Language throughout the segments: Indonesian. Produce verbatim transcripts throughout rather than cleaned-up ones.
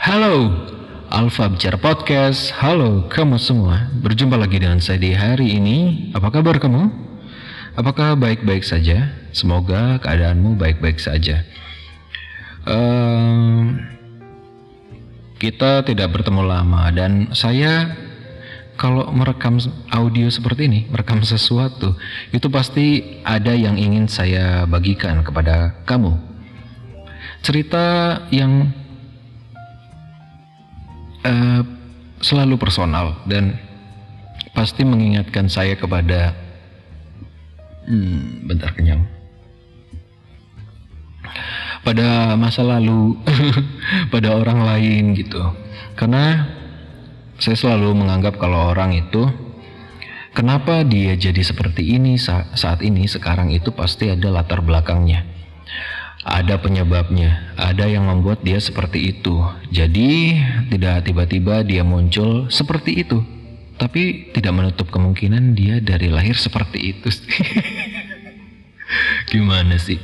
Halo, Alfa Bicara Podcast. Halo kamu semua, berjumpa lagi dengan saya di hari ini. Apa kabar kamu? Apakah baik-baik saja? Semoga keadaanmu baik-baik saja. uh, Kita tidak bertemu lama, dan saya kalau merekam audio seperti ini, merekam sesuatu, itu pasti ada yang ingin saya bagikan kepada kamu. Cerita yang Uh, selalu personal dan pasti mengingatkan saya kepada hmm, bentar kenyang pada masa lalu pada orang lain gitu. Karena saya selalu menganggap kalau orang itu, kenapa dia jadi seperti ini saat ini sekarang, itu pasti ada latar belakangnya, ada penyebabnya, ada yang membuat dia seperti itu. Jadi tidak tiba-tiba dia muncul seperti itu, tapi tidak menutup kemungkinan dia dari lahir seperti itu. Gimana sih?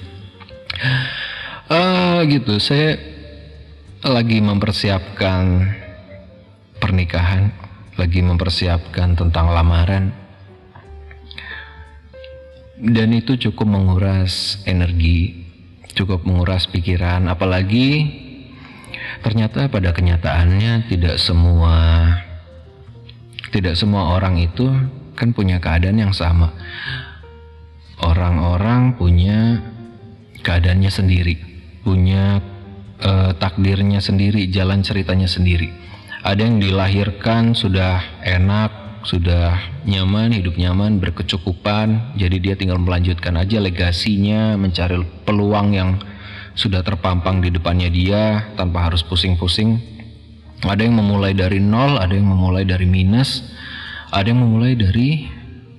Uh, gitu. Saya lagi mempersiapkan pernikahan, lagi mempersiapkan tentang lamaran, dan itu cukup menguras energi, cukup menguras pikiran. Apalagi ternyata pada kenyataannya tidak semua tidak semua orang itu kan punya keadaan yang sama. Orang-orang punya keadaannya sendiri, punya eh, takdirnya sendiri, jalan ceritanya sendiri. Ada yang dilahirkan sudah enak, sudah nyaman, hidup nyaman, berkecukupan, jadi dia tinggal melanjutkan aja legasinya, mencari peluang yang sudah terpampang di depannya dia tanpa harus pusing-pusing. Ada yang memulai dari nol, ada yang memulai dari minus, ada yang memulai dari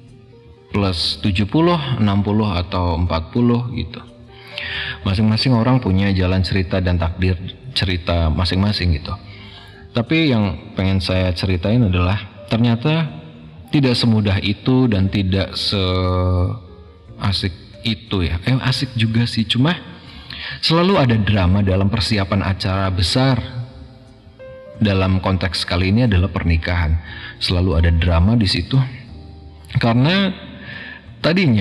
plus tujuh puluh, enam puluh atau empat puluh gitu. Masing-masing orang punya jalan cerita dan takdir cerita masing-masing gitu. Tapi yang pengen saya ceritain adalah ternyata tidak semudah itu dan tidak seasik itu ya. Eh asik juga sih, cuma selalu ada drama dalam persiapan acara besar. Dalam konteks kali ini adalah pernikahan. Selalu ada drama di situ. Karena tadinya,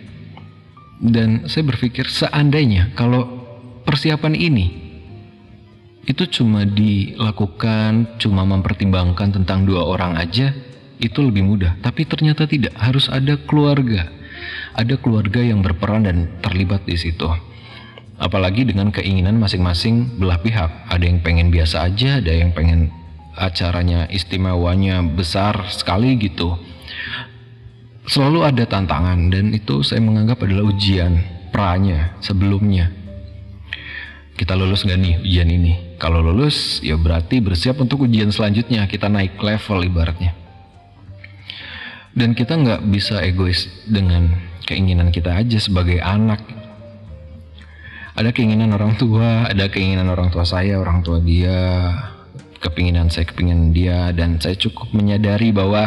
dan saya berpikir seandainya kalau persiapan ini itu cuma dilakukan, cuma mempertimbangkan tentang dua orang aja, itu lebih mudah. Tapi ternyata tidak, harus ada keluarga, ada keluarga yang berperan dan terlibat di situ. Apalagi dengan keinginan masing-masing belah pihak. Ada yang pengen biasa aja, ada yang pengen acaranya istimewanya besar sekali gitu. Selalu ada tantangan, dan itu saya menganggap adalah ujian pranya sebelumnya. Kita lulus gak nih ujian ini? Kalau lulus ya berarti bersiap untuk ujian selanjutnya, kita naik level ibaratnya. Dan kita nggak bisa egois dengan keinginan kita aja sebagai anak. Ada keinginan orang tua, ada keinginan orang tua saya, orang tua dia, kepinginan saya, kepinginan dia, dan saya cukup menyadari bahwa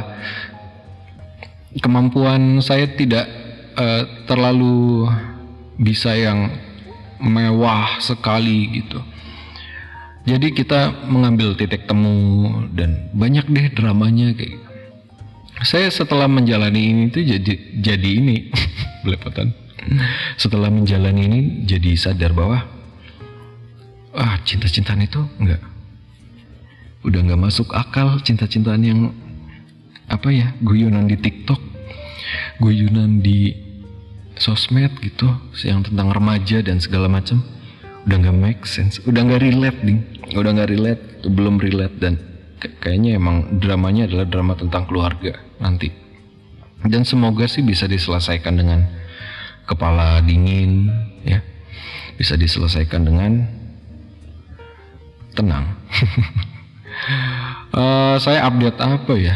kemampuan saya tidak uh, terlalu bisa yang mewah sekali gitu. Jadi kita mengambil titik temu dan banyak deh dramanya kayak gitu. Saya setelah menjalani ini tuh jadi jadi ini belepotan. Setelah menjalani ini jadi sadar bahwa ah cinta-cintaan itu enggak, udah nggak masuk akal. Cinta-cintaan yang apa ya, guyonan di TikTok, guyonan di sosmed gitu, yang tentang remaja dan segala macam, udah nggak make sense, udah nggak relate ding, udah nggak relate, belum relate. Dan kayaknya emang dramanya adalah drama tentang keluarga nanti. Dan semoga sih bisa diselesaikan dengan kepala dingin ya, bisa diselesaikan dengan tenang. uh, saya update apa ya,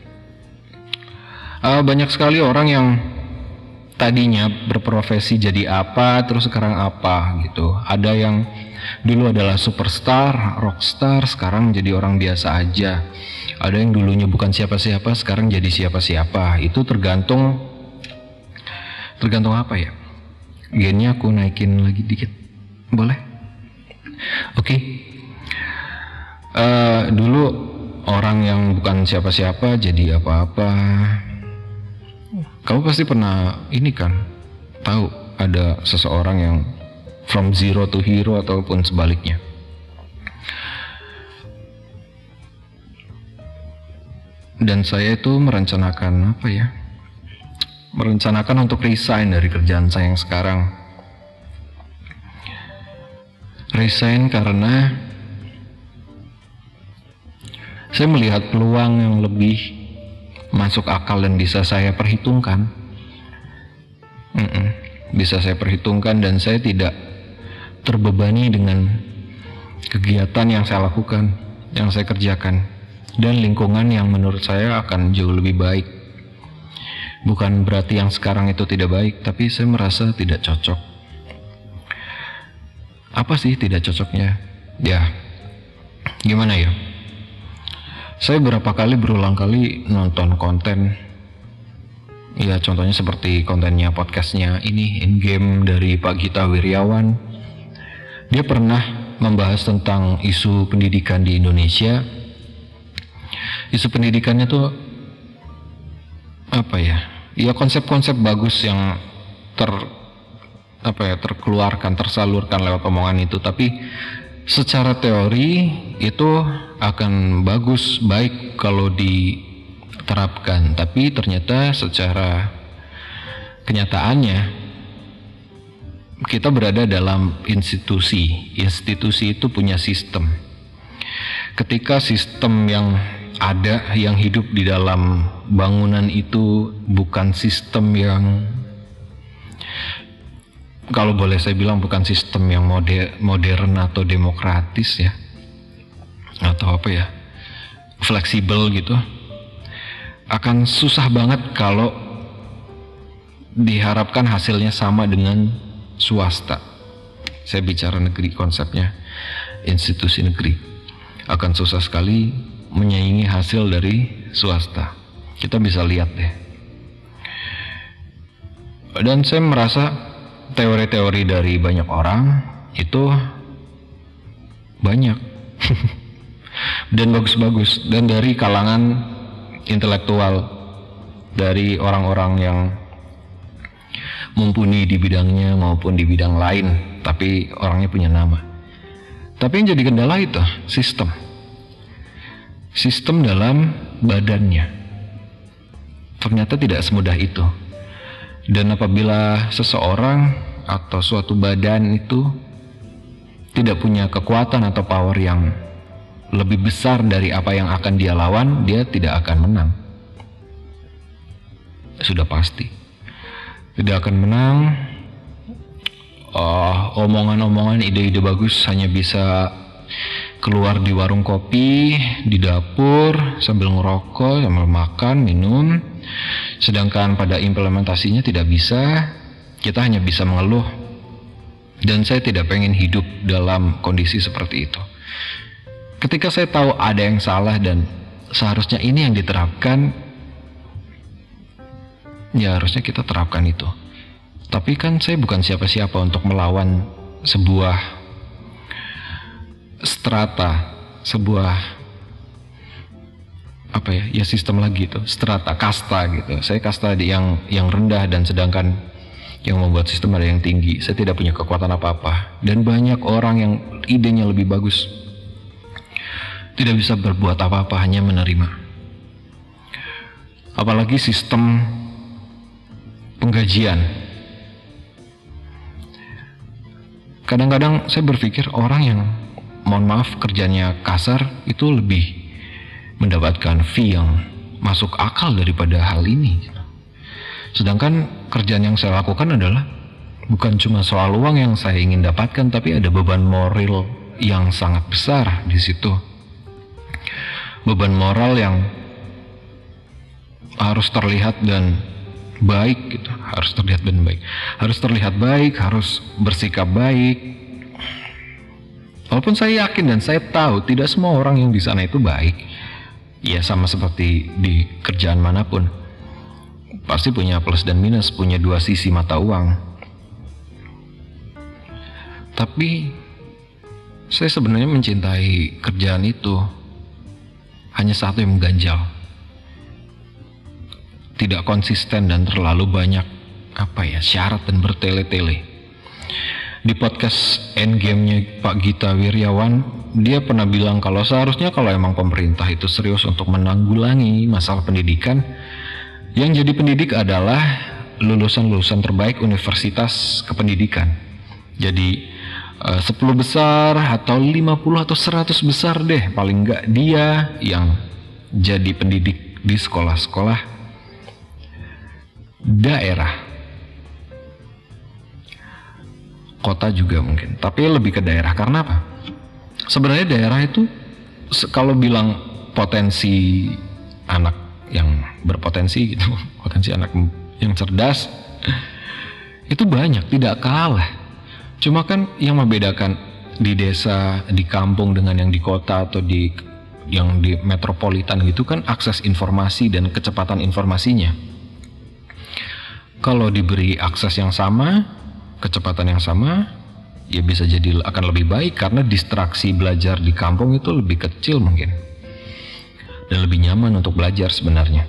uh, banyak sekali orang yang tadinya berprofesi jadi apa, terus sekarang apa gitu. Ada yang dulu adalah superstar, rockstar, sekarang jadi orang biasa aja. Ada yang dulunya bukan siapa-siapa, sekarang jadi siapa-siapa. Itu tergantung Tergantung apa ya? Gennya aku naikin lagi dikit, boleh? Oke. Okay. Uh, dulu orang yang bukan siapa-siapa jadi apa-apa. Kamu pasti pernah ini kan, tahu ada seseorang yang from zero to hero ataupun sebaliknya. Dan saya itu merencanakan apa ya? Merencanakan untuk resign dari kerjaan saya yang sekarang. Resign karena saya melihat peluang yang lebih masuk akal dan bisa saya perhitungkan. Mm-mm. Bisa saya perhitungkan dan saya tidak terbebani dengan kegiatan yang saya lakukan, yang saya kerjakan, dan lingkungan yang menurut saya akan jauh lebih baik. Bukan berarti yang sekarang itu tidak baik, tapi saya merasa tidak cocok. Apa sih tidak cocoknya? Ya, gimana ya? Saya berapa kali berulang kali nonton konten, ya contohnya seperti kontennya podcastnya ini In Game dari Pak Gita Wirjawan. Dia pernah membahas tentang isu pendidikan di Indonesia. Isu pendidikannya tuh apa ya? Ya konsep-konsep bagus yang ter apa ya terkeluarkan, tersalurkan lewat omongan itu, tapi secara teori itu akan bagus, baik kalau diterapkan, tapi ternyata secara kenyataannya kita berada dalam institusi. Institusi itu punya sistem. Ketika sistem yang ada, yang hidup di dalam bangunan itu bukan sistem yang, kalau boleh saya bilang, bukan sistem yang moder, modern atau demokratis ya, atau apa ya, fleksibel gitu, akan susah banget kalau diharapkan hasilnya sama dengan swasta. Saya bicara negeri, konsepnya institusi negeri akan susah sekali menyaingi hasil dari swasta. Kita bisa lihat deh. Dan saya merasa teori-teori dari banyak orang itu banyak dan bagus-bagus, dan dari kalangan intelektual, dari orang-orang yang mumpuni di bidangnya maupun di bidang lain, tapi orangnya punya nama. Tapi yang jadi kendala itu sistem sistem dalam badannya. Ternyata tidak semudah itu. Dan apabila seseorang atau suatu badan itu tidak punya kekuatan atau power yang lebih besar dari apa yang akan dia lawan, dia tidak akan menang. Sudah pasti tidak akan menang. uh, Omongan-omongan, ide-ide bagus hanya bisa keluar di warung kopi, di dapur, sambil ngerokok, sambil makan, minum. Sedangkan pada implementasinya tidak bisa. Kita hanya bisa mengeluh. Dan saya tidak pengen hidup dalam kondisi seperti itu. Ketika saya tahu ada yang salah dan seharusnya ini yang diterapkan, ya harusnya kita terapkan itu. Tapi kan saya bukan siapa-siapa untuk melawan sebuah strata, sebuah apa ya, ya sistem lagi itu, strata, kasta gitu. Saya kasta di yang yang rendah, dan sedangkan yang membuat sistem ada yang tinggi. Saya tidak punya kekuatan apa-apa, dan banyak orang yang idenya lebih bagus tidak bisa berbuat apa-apa, hanya menerima. Apalagi sistem penggajian. Kadang-kadang saya berpikir orang yang, mohon maaf, kerjanya kasar itu lebih mendapatkan fee yang masuk akal daripada hal ini. Sedangkan kerjaan yang saya lakukan adalah bukan cuma soal uang yang saya ingin dapatkan, tapi ada beban moral yang sangat besar di situ. Beban moral yang harus terlihat dan baik gitu, harus terlihat dan baik, harus terlihat baik, harus bersikap baik. Walaupun saya yakin dan saya tahu tidak semua orang yang di sana itu baik. Ya sama seperti di kerjaan manapun, pasti punya plus dan minus, punya dua sisi mata uang. Tapi saya sebenarnya mencintai kerjaan itu. Hanya satu yang mengganjal, tidak konsisten dan terlalu banyak apa ya syarat dan bertele-tele. Di podcast Endgame-nya Pak Gita Wirjawan, dia pernah bilang kalau seharusnya kalau emang pemerintah itu serius untuk menanggulangi masalah pendidikan, yang jadi pendidik adalah lulusan-lulusan terbaik universitas kependidikan. Jadi sepuluh besar atau lima puluh atau seratus besar deh paling enggak dia yang jadi pendidik di sekolah-sekolah daerah, kota juga mungkin, tapi lebih ke daerah. Karena apa? Sebenarnya daerah itu kalau bilang potensi anak yang berpotensi gitu, potensi anak yang cerdas itu banyak, tidak kalah. Cuma kan yang membedakan di desa, di kampung dengan yang di kota atau di yang di metropolitan gitu kan akses informasi dan kecepatan informasinya. Kalau diberi akses yang sama, kecepatan yang sama, ya bisa jadi akan lebih baik karena distraksi belajar di kampung itu lebih kecil mungkin. Dan lebih nyaman untuk belajar sebenarnya.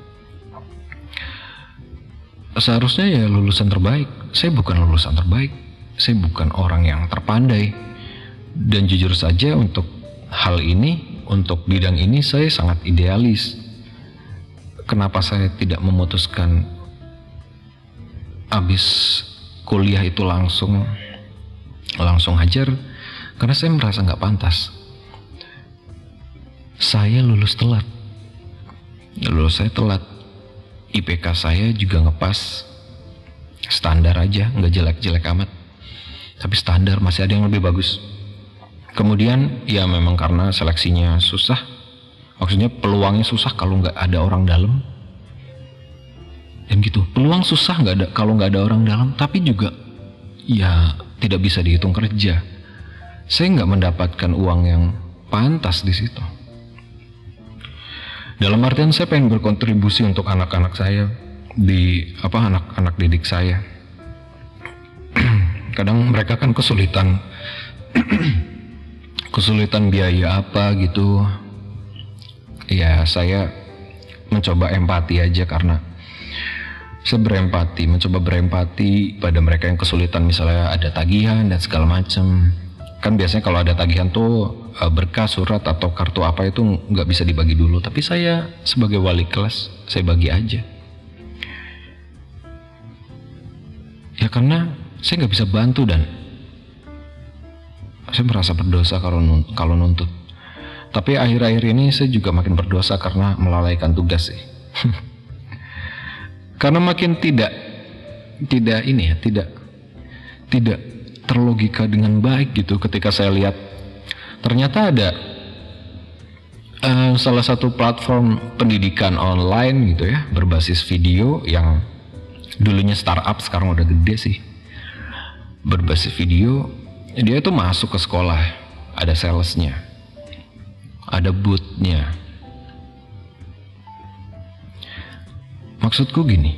Seharusnya ya lulusan terbaik. Saya bukan lulusan terbaik. Saya bukan orang yang terpandai, dan jujur saja untuk hal ini, untuk bidang ini saya sangat idealis. Kenapa saya tidak memutuskan habis kuliah itu langsung langsung hajar? Karena saya merasa nggak pantas. Saya lulus telat, lulus saya telat, I P K saya juga ngepas, standar aja, nggak jelek-jelek amat. Tapi standar, masih ada yang lebih bagus. Kemudian ya memang karena seleksinya susah, maksudnya peluangnya susah kalau nggak ada orang dalam. Dan gitu, peluang susah nggak ada kalau nggak ada orang dalam, tapi juga ya tidak bisa dihitung kerja. Saya nggak mendapatkan uang yang pantas di situ. Dalam artian saya pengen berkontribusi untuk anak-anak saya, di apa anak-anak didik saya. Kadang mereka kan kesulitan kesulitan biaya apa gitu. Ya saya mencoba empati aja, karena saya berempati, mencoba berempati pada mereka yang kesulitan, misalnya ada tagihan dan segala macam. Kan biasanya kalau ada tagihan tuh berkas, surat atau kartu apa itu nggak bisa dibagi dulu, tapi saya sebagai wali kelas saya bagi aja. Ya karena saya nggak bisa bantu dan saya merasa berdosa kalau nuntut, kalau nuntut. Tapi akhir-akhir ini saya juga makin berdosa karena melalaikan tugas sih. Karena makin tidak tidak ini ya, tidak tidak terlogika dengan baik gitu ketika saya lihat ternyata ada uh, salah satu platform pendidikan online gitu ya, berbasis video yang dulunya startup sekarang udah gede sih. Berbasis video, dia itu masuk ke sekolah, ada salesnya, ada boothnya. Maksudku gini,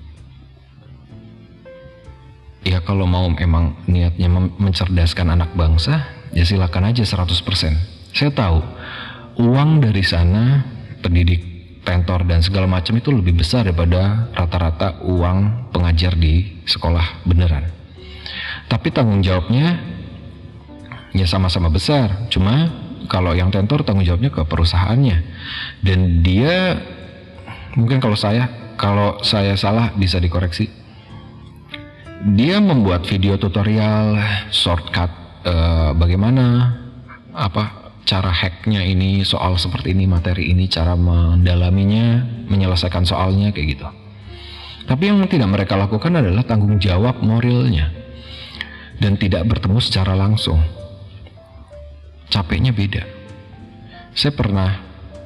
ya kalau mau emang niatnya mencerdaskan anak bangsa, ya silakan aja seratus persen. Saya tahu uang dari sana, pendidik, tentor dan segala macam itu lebih besar daripada rata-rata uang pengajar di sekolah beneran. Tapi tanggung jawabnya ya sama-sama besar. Cuma kalau yang tentor tanggung jawabnya ke perusahaannya. Dan dia mungkin kalau saya kalau saya salah bisa dikoreksi. Dia membuat video tutorial shortcut eh, bagaimana apa cara hacknya ini, soal seperti ini, materi ini, cara mendalaminya, menyelesaikan soalnya kayak gitu. Tapi yang tidak mereka lakukan adalah tanggung jawab moralnya. Dan tidak bertemu secara langsung. Capeknya beda. Saya pernah,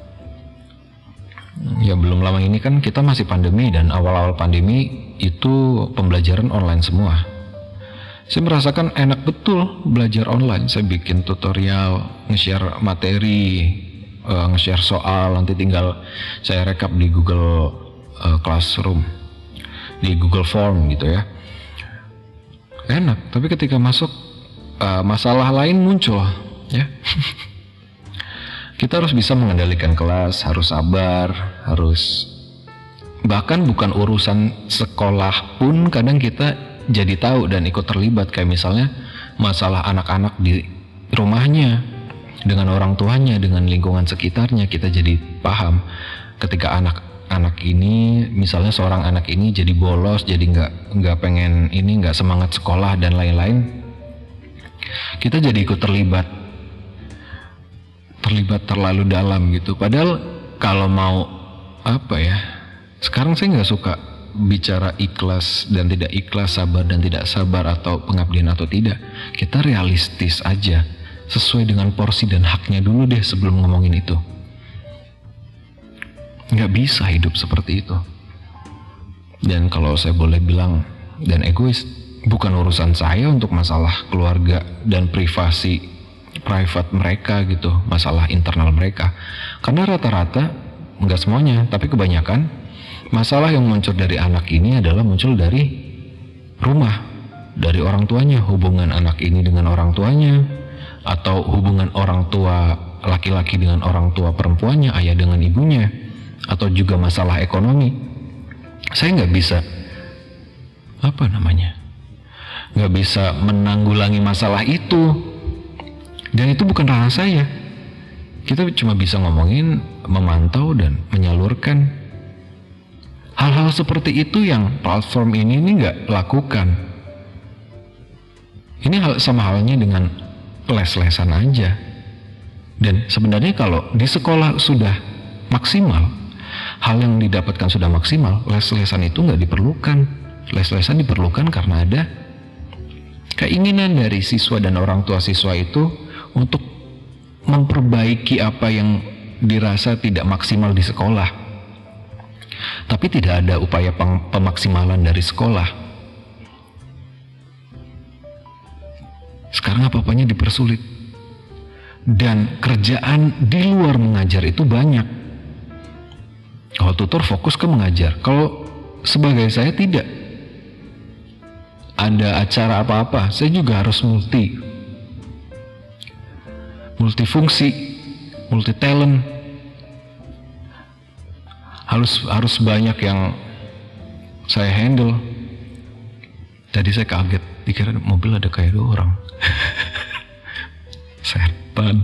ya belum lama ini kan kita masih pandemi, dan awal-awal pandemi itu pembelajaran online semua. Saya merasakan enak betul belajar online. Saya bikin tutorial, nge-share materi, uh, nge-share soal, nanti tinggal saya rekap di Google uh, Classroom, di Google Form gitu ya. Enak, tapi ketika masuk uh, masalah lain muncul. ya. Kita harus bisa mengendalikan kelas, harus sabar, harus, bahkan bukan urusan sekolah pun kadang kita jadi tahu dan ikut terlibat. Kayak misalnya masalah anak-anak di rumahnya, dengan orang tuanya, dengan lingkungan sekitarnya, kita jadi paham. Ketika anak-anak ini, misalnya seorang anak ini jadi bolos, jadi nggak nggak pengen ini, nggak semangat sekolah dan lain-lain, kita jadi ikut terlibat, terlibat terlalu dalam gitu. Padahal kalau mau apa ya, sekarang saya nggak suka bicara ikhlas dan tidak ikhlas, sabar dan tidak sabar, atau pengabdian atau tidak. Kita realistis aja, sesuai dengan porsi dan haknya dulu deh sebelum ngomongin itu. Nggak bisa hidup seperti itu. Dan kalau saya boleh bilang dan egois, bukan urusan saya untuk masalah keluarga dan privasi private mereka gitu, masalah internal mereka. Karena rata-rata, nggak semuanya, tapi kebanyakan masalah yang muncul dari anak ini adalah muncul dari rumah, dari orang tuanya, hubungan anak ini dengan orang tuanya, atau hubungan orang tua laki-laki dengan orang tua perempuannya, ayah dengan ibunya, atau juga masalah ekonomi. Saya nggak bisa apa namanya nggak bisa menanggulangi masalah itu, dan itu bukan ranah saya. Kita cuma bisa ngomongin, memantau dan menyalurkan. Hal-hal seperti itu yang platform ini ini nggak lakukan. Ini hal sama halnya dengan les-lesan aja. Dan sebenarnya kalau di sekolah sudah maksimal, hal yang didapatkan sudah maksimal, les-lesan itu nggak diperlukan. Les-lesan diperlukan karena ada keinginan dari siswa dan orang tua siswa itu untuk memperbaiki apa yang dirasa tidak maksimal di sekolah. Tapi tidak ada upaya pemaksimalan dari sekolah. Sekarang apa-apanya dipersulit. Dan kerjaan di luar mengajar itu banyak. Kalau tutor fokus ke mengajar. Kalau sebagai saya tidak. Ada acara apa-apa, saya juga harus multi. Multifungsi, multi talent. Harus harus banyak yang saya handle. Tadi saya kaget, dikira mobil ada kayak dua orang. Setan.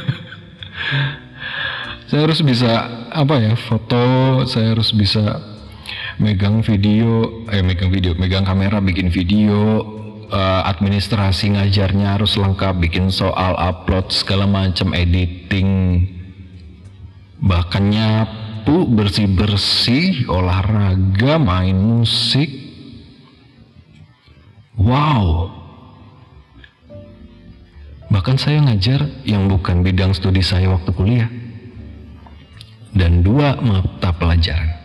Saya harus bisa apa ya, foto, saya harus bisa megang video, eh megang video, megang kamera, bikin video, uh, administrasi ngajarnya harus lengkap, bikin soal, upload segala macam, editing, bahkan nyapu, bersih-bersih, olahraga, main musik. Wow. Bahkan saya ngajar yang bukan bidang studi saya waktu kuliah. Dan dua mata pelajaran.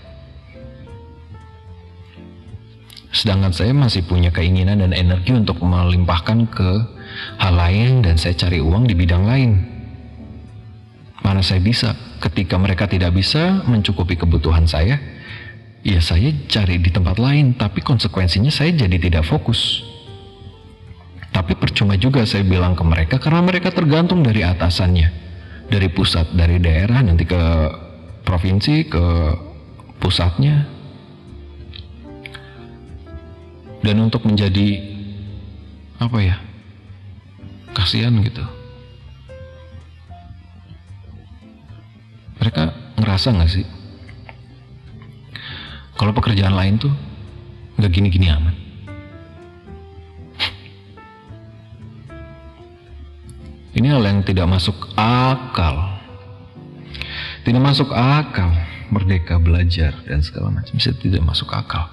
Sedangkan saya masih punya keinginan dan energi untuk melimpahkan ke hal lain, dan saya cari uang di bidang lain. Mana saya bisa, ketika mereka tidak bisa mencukupi kebutuhan saya, ya saya cari di tempat lain, tapi konsekuensinya saya jadi tidak fokus. Tapi percuma juga saya bilang ke mereka, karena mereka tergantung dari atasannya, dari pusat, dari daerah, nanti ke provinsi, ke pusatnya. Dan untuk menjadi apa ya, kasihan gitu, mereka ngerasa nggak sih kalau pekerjaan lain tuh nggak gini-gini amat? Ini hal yang tidak masuk akal, tidak masuk akal. Merdeka belajar dan segala macam, bisa tidak masuk akal.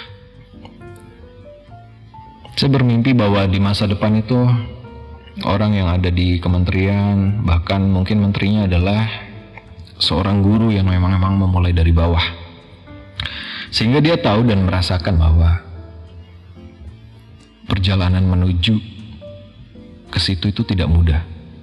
Saya bermimpi bahwa di masa depan itu orang yang ada di kementerian, bahkan mungkin menterinya adalah seorang guru yang memang memang memulai dari bawah, sehingga dia tahu dan merasakan bahwa perjalanan menuju ke situ itu tidak mudah.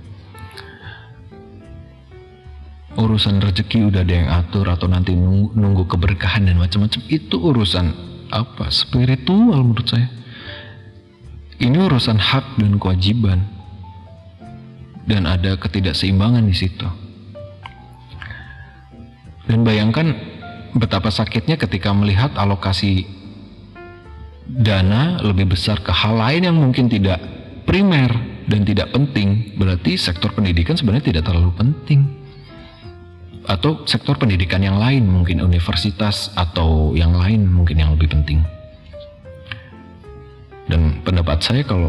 Urusan rezeki udah ada yang atur, atau nanti nunggu, nunggu keberkahan dan macam-macam, itu urusan apa, spiritual menurut saya. Ini urusan hak dan kewajiban. dan ada ketidakseimbangan di situ. Dan bayangkan betapa sakitnya ketika melihat alokasi dana lebih besar ke hal lain yang mungkin tidak primer dan tidak penting. Berarti sektor pendidikan sebenarnya tidak terlalu penting. Atau sektor pendidikan yang lain, mungkin universitas atau yang lain mungkin yang lebih penting. Dan pendapat saya kalau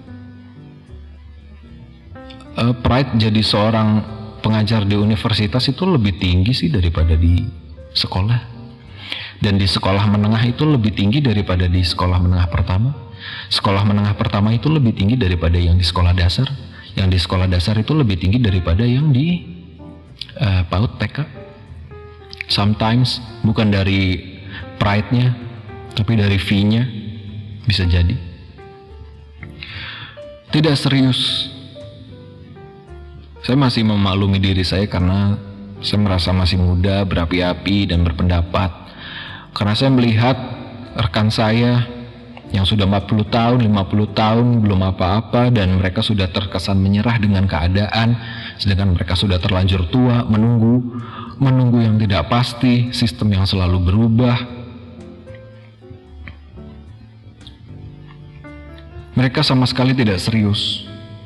uh, pride jadi seorang pengajar di universitas itu lebih tinggi sih daripada di sekolah. Dan di sekolah menengah itu lebih tinggi daripada di sekolah menengah pertama. Sekolah menengah pertama itu lebih tinggi daripada yang di sekolah dasar. Yang di sekolah dasar itu lebih tinggi daripada yang di uh, PAUD T K. Sometimes bukan dari pride-nya, tapi dari fee-nya bisa jadi. Tidak serius. Saya masih memaklumi diri saya karena saya merasa masih muda, berapi-api, dan berpendapat. Karena saya melihat rekan saya yang sudah empat puluh tahun, lima puluh tahun belum apa-apa, dan mereka sudah terkesan menyerah dengan keadaan, sedangkan mereka sudah terlanjur tua, menunggu, menunggu yang tidak pasti, sistem yang selalu berubah. Mereka sama sekali tidak serius.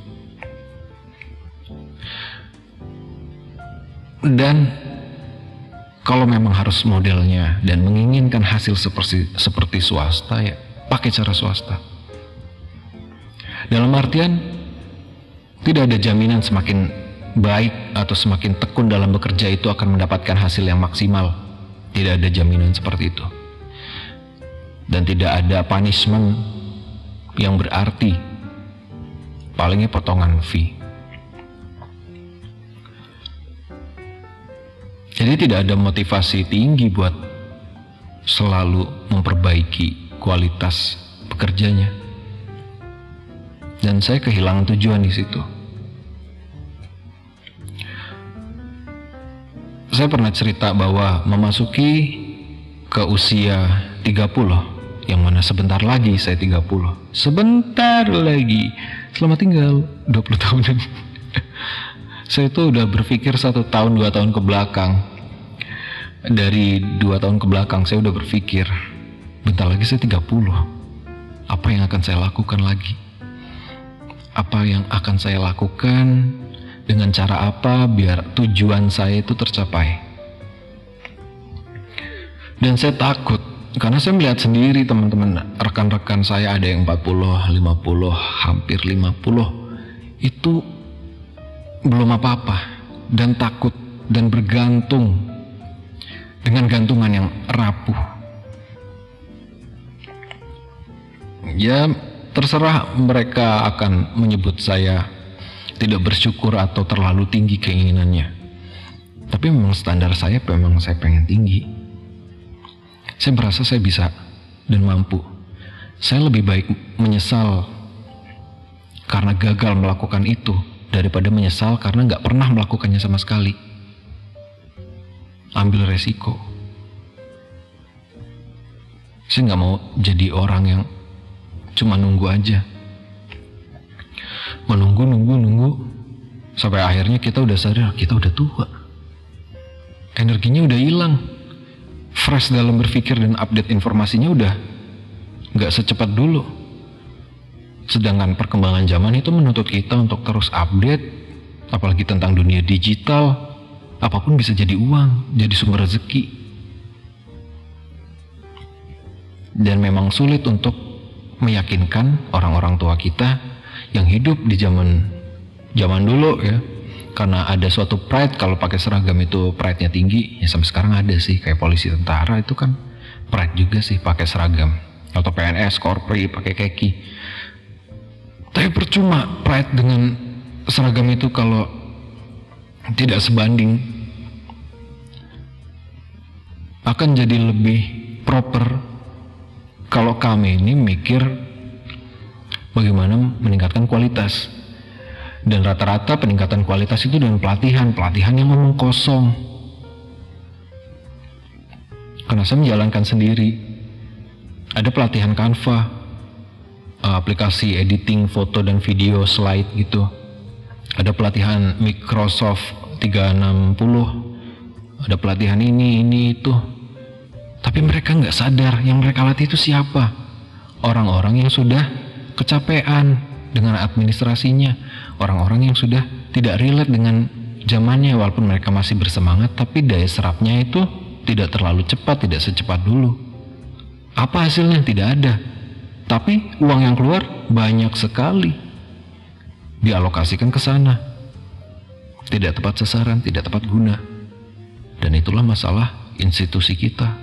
Dan kalau memang harus modelnya dan menginginkan hasil seperti seperti swasta, ya pakai cara swasta. Dalam artian tidak ada jaminan semakin baik atau semakin tekun dalam bekerja itu akan mendapatkan hasil yang maksimal. Tidak ada jaminan seperti itu. Dan tidak ada punishment yang berarti, palingnya potongan fee. Jadi tidak ada motivasi tinggi buat selalu memperbaiki kualitas pekerjanya. Dan saya kehilangan tujuan di situ. Saya pernah cerita bahwa memasuki ke usia tiga puluh, yang mana sebentar lagi saya tiga puluh. Sebentar lagi, selamat tinggal dua puluh tahunan. Saya tuh udah berpikir satu tahun, dua tahun ke belakang. Dari dua tahun ke belakang saya udah berpikir, bentar lagi saya tiga puluh. Apa yang akan saya lakukan lagi? Apa yang akan saya lakukan? Dengan cara apa biar tujuan saya itu tercapai? Dan saya takut, karena saya melihat sendiri teman-teman, rekan-rekan saya ada yang empat puluh, lima puluh, hampir lima puluh. Itu belum apa-apa, dan takut, dan bergantung dengan gantungan yang rapuh. Ya terserah mereka akan menyebut saya tidak bersyukur atau terlalu tinggi keinginannya, tapi memang standar saya memang saya pengen tinggi. Saya merasa saya bisa dan mampu. Saya lebih baik menyesal karena gagal melakukan itu daripada menyesal karena nggak pernah melakukannya sama sekali. Ambil resiko. Saya nggak mau jadi orang yang cuma nunggu aja, menunggu nunggu nunggu sampai akhirnya kita udah sadar kita udah tua, energinya udah hilang, fresh dalam berpikir dan update informasinya udah nggak secepat dulu. Sedangkan perkembangan zaman itu menuntut kita untuk terus update, apalagi tentang dunia digital. Apapun bisa jadi uang, jadi sumber rezeki. Dan memang sulit untuk meyakinkan orang-orang tua kita yang hidup di zaman zaman dulu ya. Karena ada suatu pride kalau pakai seragam itu pride-nya tinggi. Ya sampai sekarang ada sih, kayak polisi tentara itu kan pride juga sih pakai seragam. Atau P N S, korpri pakai kaki. Tapi percuma pride dengan seragam itu kalau tidak sebanding. Akan jadi lebih proper kalau kami ini mikir bagaimana meningkatkan kualitas. Dan rata-rata peningkatan kualitas itu dengan pelatihan, pelatihan yang memang kosong. Karena saya menjalankan sendiri. Ada pelatihan Canva, aplikasi editing foto dan video slide gitu. ada pelatihan Microsoft tiga enam nol, ada pelatihan ini, ini, itu. Tapi mereka nggak sadar yang mereka latih itu siapa? Orang-orang yang sudah kecapean dengan administrasinya, orang-orang yang sudah tidak relate dengan zamannya, walaupun mereka masih bersemangat, tapi daya serapnya itu tidak terlalu cepat, tidak secepat dulu. Apa hasilnya? Tidak ada. Tapi uang yang keluar banyak sekali, dialokasikan ke sana. Tidak tepat sasaran, tidak tepat guna. Dan itulah masalah institusi kita,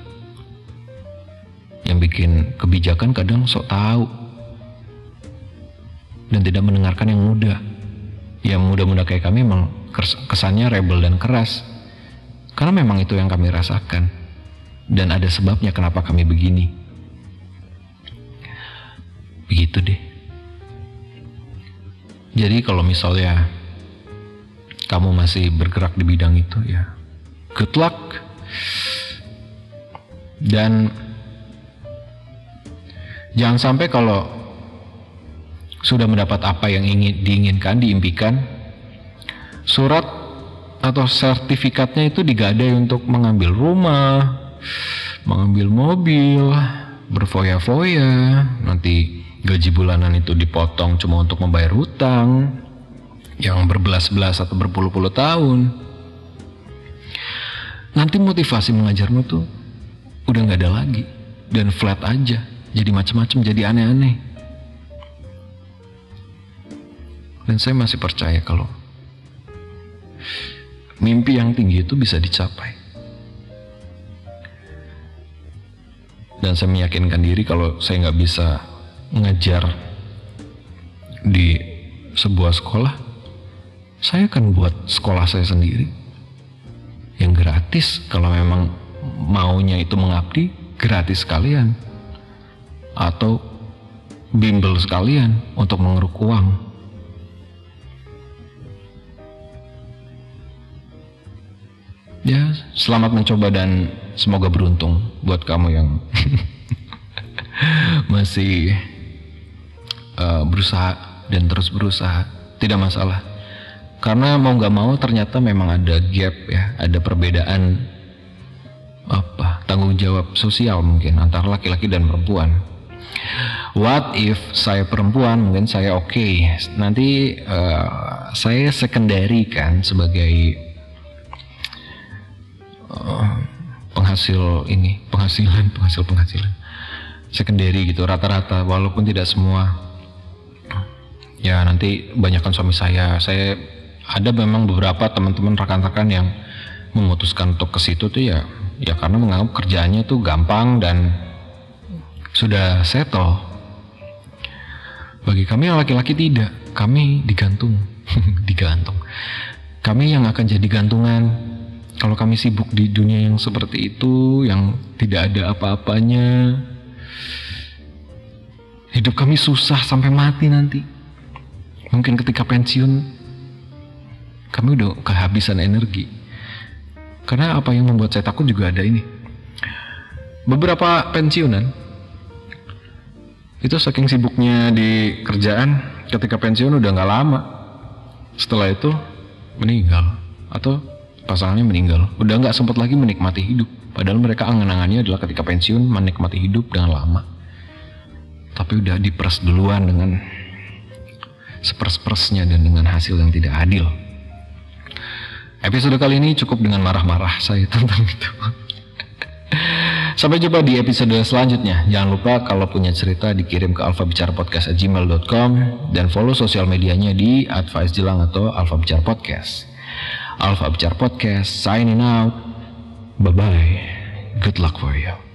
yang bikin kebijakan kadang sok tahu dan tidak mendengarkan yang muda. Yang muda-muda kayak kami memang kesannya rebel dan keras, karena memang itu yang kami rasakan, dan ada sebabnya kenapa kami begini. Begitu deh. Jadi kalau misalnya kamu masih bergerak di bidang itu, ya good luck. Dan jangan sampai kalau sudah mendapat apa yang ingin diinginkan, diimpikan, surat atau sertifikatnya itu digadai untuk mengambil rumah, mengambil mobil, berfoya-foya, nanti gaji bulanan itu dipotong cuma untuk membayar hutang yang berbelas-belas atau berpuluh-puluh tahun. Nanti motivasi mengajarmu tuh udah nggak ada lagi, dan flat aja, jadi macam-macam, jadi aneh-aneh. Dan saya masih percaya kalau mimpi yang tinggi itu bisa dicapai. Dan saya meyakinkan diri kalau saya nggak bisa ngajar di sebuah sekolah, saya akan buat sekolah saya sendiri yang gratis. Kalau memang maunya itu mengabdi, gratis sekalian, atau bimbel sekalian untuk mengeruk uang. Ya, selamat mencoba dan semoga beruntung buat kamu yang masih uh, berusaha dan terus berusaha. Tidak masalah, karena mau gak mau ternyata memang ada gap ya, ada perbedaan apa tanggung jawab sosial mungkin antara laki-laki dan perempuan. What if saya perempuan, mungkin saya oke, okay. Nanti uh, saya secondary kan sebagai uh, penghasil ini, penghasilan, penghasil penghasilan secondary gitu, rata-rata, walaupun tidak semua. Ya nanti banyakkan suami saya. Saya ada memang beberapa teman-teman rekan-rekan yang memutuskan untuk ke situ tuh ya, ya karena menganggap kerjaannya tuh gampang dan sudah settle. Bagi kami yang laki-laki tidak, kami digantung, digantung. Kami yang akan jadi gantungan kalau kami sibuk di dunia yang seperti itu, yang tidak ada apa-apanya. Hidup kami susah sampai mati nanti. Mungkin ketika pensiun kami udah kehabisan energi. Karena apa yang membuat saya takut juga ada ini. Beberapa pensiunan itu saking sibuknya di kerjaan, ketika pensiun udah gak lama, setelah itu meninggal, atau pasangannya meninggal, udah gak sempat lagi menikmati hidup. Padahal mereka angan-angannya adalah ketika pensiun menikmati hidup dengan lama, tapi udah diperas duluan dengan sepers-persnya dan dengan hasil yang tidak adil. Episode kali ini cukup dengan marah-marah saya tentang itu. Sampai jumpa di episode selanjutnya. Jangan lupa kalau punya cerita dikirim ke alfa bicara podcast at gmail dot com dan follow sosial medianya di at faiz jelang atau Alfa Bicara Podcast. Alfa Bicara Podcast signing out. Bye bye. Good luck for you.